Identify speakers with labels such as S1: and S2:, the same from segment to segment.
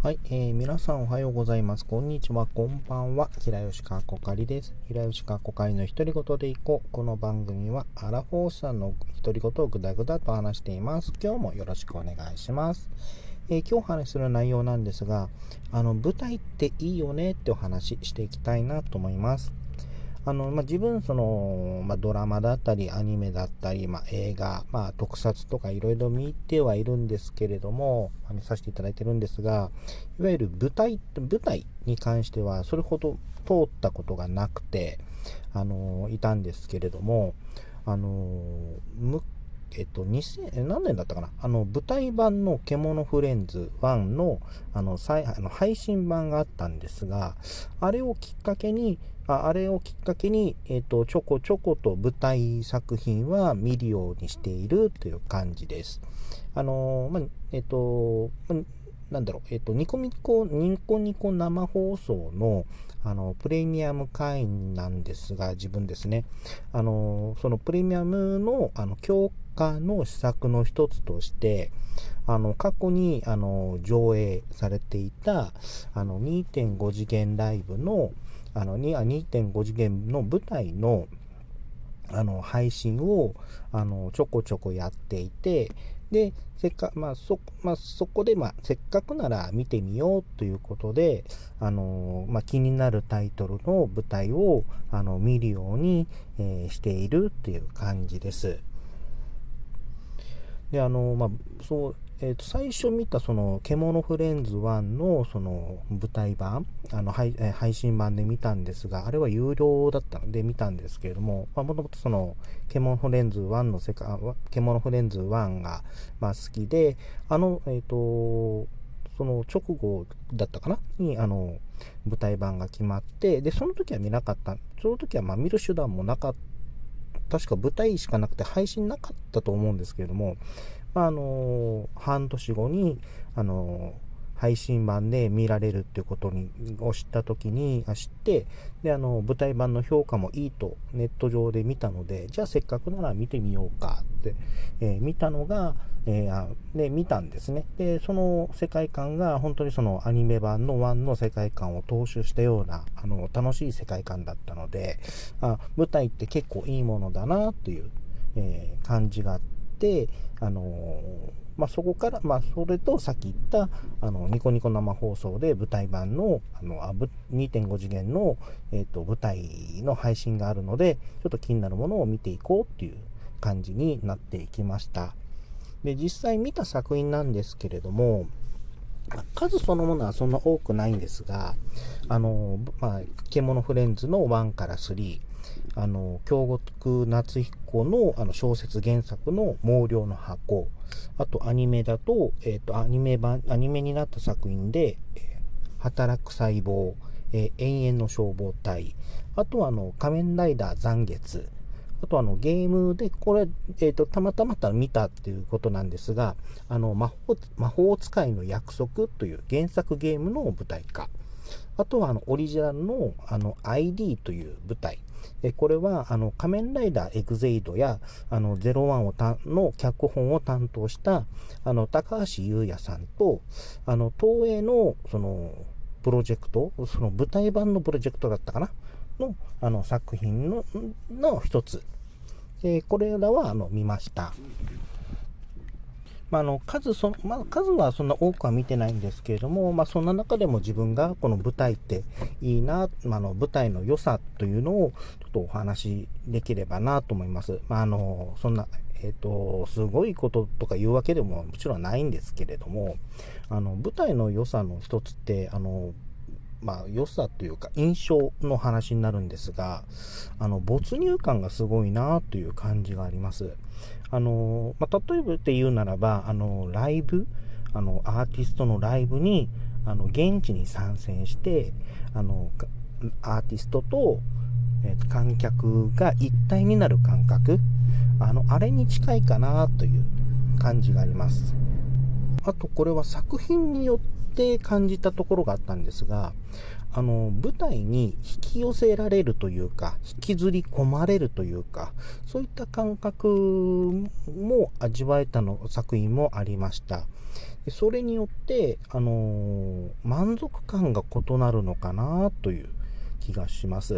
S1: はい、皆さんおはようございます。こんにちは、こんばんは。平吉かこかりです。平吉かこかりの独り言でいこう。この番組はアラフォーさんの独り言をぐだぐだと話しています。今日もよろしくお願いします。今日お話しする内容なんですが、舞台っていいよねってお話ししていきたいなと思います。自分ドラマだったりアニメだったり、映画、特撮とかいろいろ見てはいるんですけれども、見させていただいてるんですが、いわゆる舞台に関してはそれほど通ったことがなくて、いたんですけれども、2000何年だったかな、舞台版の獣フレンズ1の配信版があったんですが、あれをきっかけにちょこちょこと舞台作品は見るようにしているという感じです。ニコニコ生放送のプレミアム会員なんですが、自分ですね、そのプレミアムの強化の施策の一つとして、過去に上映されていた2.5 次元ライブの2.5 次元の舞台の配信をちょこちょこやっていて、でそこでせっかくなら見てみようということで気になるタイトルの舞台を見るように、しているっていう感じです。で最初見たその獣フレンズ1のその舞台版配信版で見たんですが、あれは有料だったので見たんですけれども、もともとその獣フレンズ1が好きで、その直後だったかなに舞台版が決まって、でその時は見なかった。その時は見る手段もなかった。確か舞台しかなくて配信なかったと思うんですけれども、半年後に配信版で見られるっていうことを知って、で舞台版の評価もいいとネット上で見たので、じゃあせっかくなら見てみようかって、見たんですね。でその世界観が本当にそのアニメ版の1の世界観を踏襲したような楽しい世界観だったので、舞台って結構いいものだなという、感じがあって、そこから、それとさっき言ったニコニコ生放送で舞台版の2.5 次元の、舞台の配信があるので、ちょっと気になるものを見ていこうっていう感じになっていきました。で実際見た作品なんですけれども、数そのものはそんな多くないんですが、獣フレンズの1から3、京極夏彦の小説原作の毛量の箱、あとアニメだと、アニメになった作品で、働く細胞、永遠の消防隊、あとは仮面ライダー残月、あとゲームでこれ、たまたま見たっていうことなんですが、魔法使いの約束という原作ゲームの舞台化、あとはオリジナルのID という舞台、これは仮面ライダーエグゼイドや01の脚本を担当した高橋優也さんと東映のそのプロジェクト、その舞台版のプロジェクトだったかなの作品の一つ、これらは見ました。数はそんな多くは見てないんですけれども、そんな中でも自分がこの舞台っていいな、舞台の良さというのをちょっとお話しできればなと思います。そんなすごいこととかいうわけでももちろんないんですけれども、舞台の良さの一つって良さというか印象の話になるんですが、没入感がすごいなという感じがあります。例えばって言うならばライブ、アーティストのライブに現地に参戦してアーティストと、観客が一体になる感覚、あれに近いかなという感じがあります。 あとこれは作品によって感じたところがあったんですが、舞台に引き寄せられるというか、引きずり込まれるというか、そういった感覚も味わえた作品もありました。それによって、満足感が異なるのかなという気がします。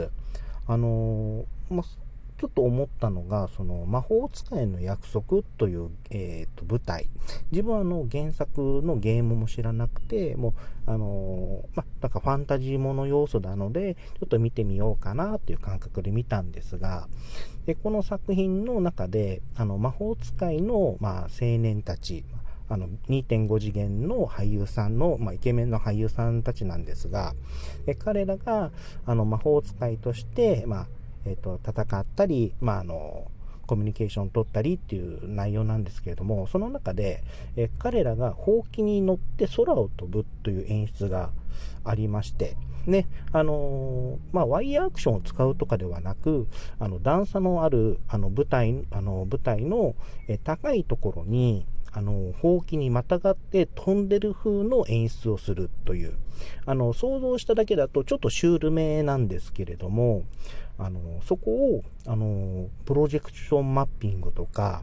S1: ちょっと思ったのが、その魔法使いの約束という、舞台。自分は原作のゲームも知らなくて、もう、なんかファンタジーもの要素なので、ちょっと見てみようかなという感覚で見たんですが、でこの作品の中で、魔法使いの、青年たち、2.5 次元の俳優さんの、イケメンの俳優さんたちなんですが、彼らが魔法使いとして、戦ったり、コミュニケーションを取ったりっていう内容なんですけれども、その中で、彼らがほうきに乗って空を飛ぶという演出がありまして、ね、ワイヤーアクションを使うとかではなく、段差のある舞台の高いところにほうきにまたがって飛んでる風の演出をするという、想像しただけだとちょっとシュールめなんですけれども、そこをプロジェクションマッピングとか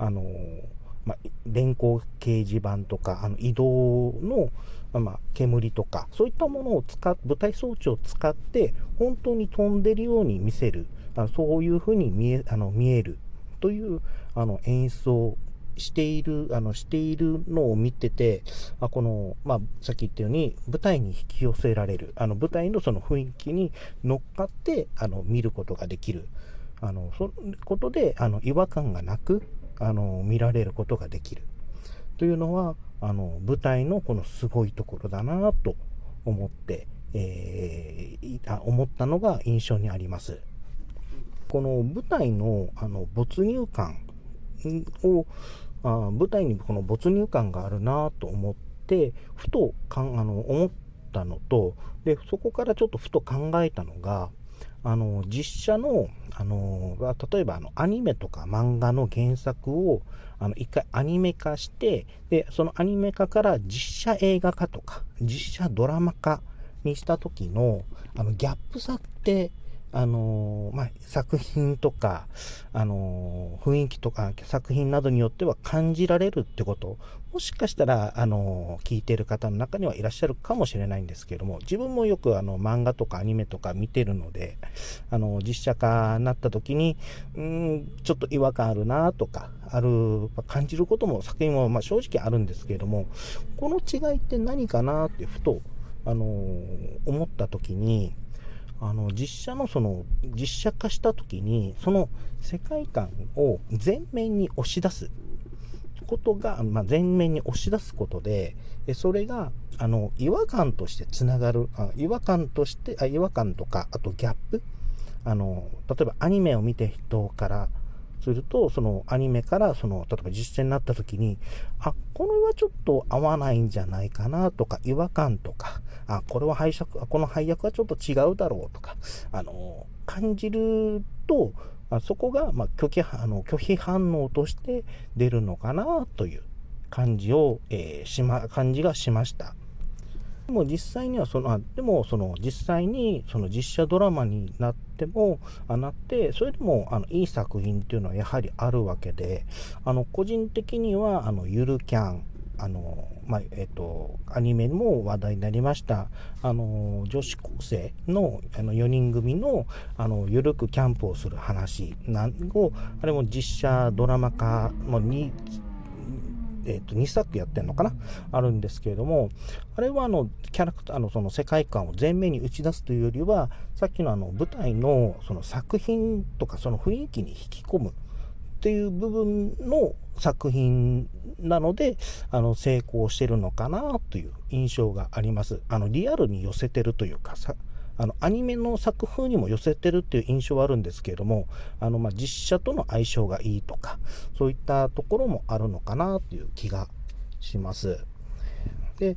S1: 電光掲示板とか移動の、煙とかそういったものを舞台装置を使って本当に飛んでるように見せる、そういう風に見えるという演出をしているのを見てて、この、さっき言ったように舞台に引き寄せられる、舞台のその雰囲気に乗っかって見ることができる、そういうことで違和感がなく見られることができるというのは舞台のこのすごいところだなと思って、思ったのが印象にあります。この舞台の没入感を舞台にこの没入感があるなと思ってふと思ったのと、でそこからちょっとふと考えたのが、実写の、例えばアニメとか漫画の原作を一回アニメ化して、でそのアニメ化から実写映画化とか実写ドラマ化にした時のギャップさって作品とか、雰囲気とか作品などによっては感じられるってこと、もしかしたら、聞いている方の中にはいらっしゃるかもしれないんですけれども、自分もよく漫画とかアニメとか見てるので、実写化になった時に、ちょっと違和感あるなとか、感じることも作品も正直あるんですけれども、この違いって何かなってふと、思った時に、実写化した時にその世界観を前面に押し出すことが、前面に押し出すことで、それが違和感としてつながる、違和感とか、あとギャップ、例えばアニメを見てる人からすると、そのアニメから例えば実写になった時に、これはちょっと合わないんじゃないかなとか、違和感とか、この配役はちょっと違うだろうとか、感じると、そこが拒否反応として出るのかなという感じがしました。でも実際には実際に実写ドラマになってそれでもいい作品っていうのはやはりあるわけで、個人的にはゆるキャン、アニメも話題になりました女子高生の4人組のゆるくキャンプをする話を、あれも実写ドラマ化の2作やってんのかな、あるんですけれども、あれはキャラクターのその世界観を前面に打ち出すというよりは、さっきの舞台のその作品とかその雰囲気に引き込むっていう部分の作品なので成功してるのかなという印象があります。リアルに寄せてるというかアニメの作風にも寄せてるっていう印象はあるんですけれども、実写との相性がいいとか、そういったところもあるのかなという気がします。 で、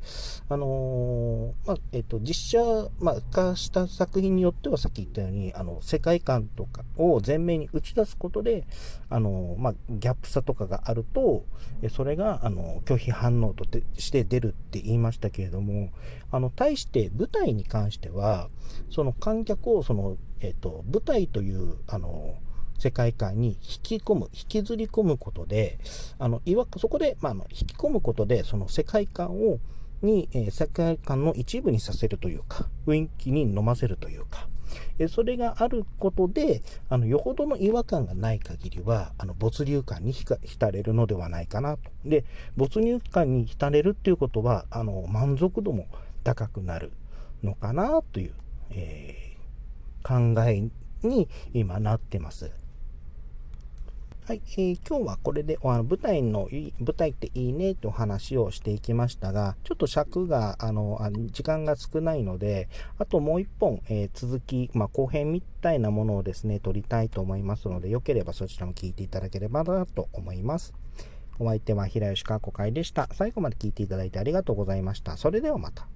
S1: 実写、化した作品によってはさっき言ったように、世界観とかを前面に打ち出すことで、ギャップさとかがあると、それが、拒否反応として出るって言いましたけれども、対して舞台に関しては、その観客を舞台という、世界観に引きずり込むことで、そこで、引き込むことで、その世界観世界観の一部にさせるというか、雰囲気に飲ませるというか、それがあることで、よほどの違和感がない限りは、没入感に浸れるのではないかなと。で、没入感に浸れるっていうことは、満足度も高くなるのかなという、考えに今なってます。はい、今日はこれで舞台っていいねとお話をしていきましたが、ちょっと尺が時間が少ないので、あともう一本、続き、後編みたいなものをですね撮りたいと思いますので、よければそちらも聞いていただければなと思います。お相手は平吉かこかいでした。最後まで聞いていただいてありがとうございました。それではまた。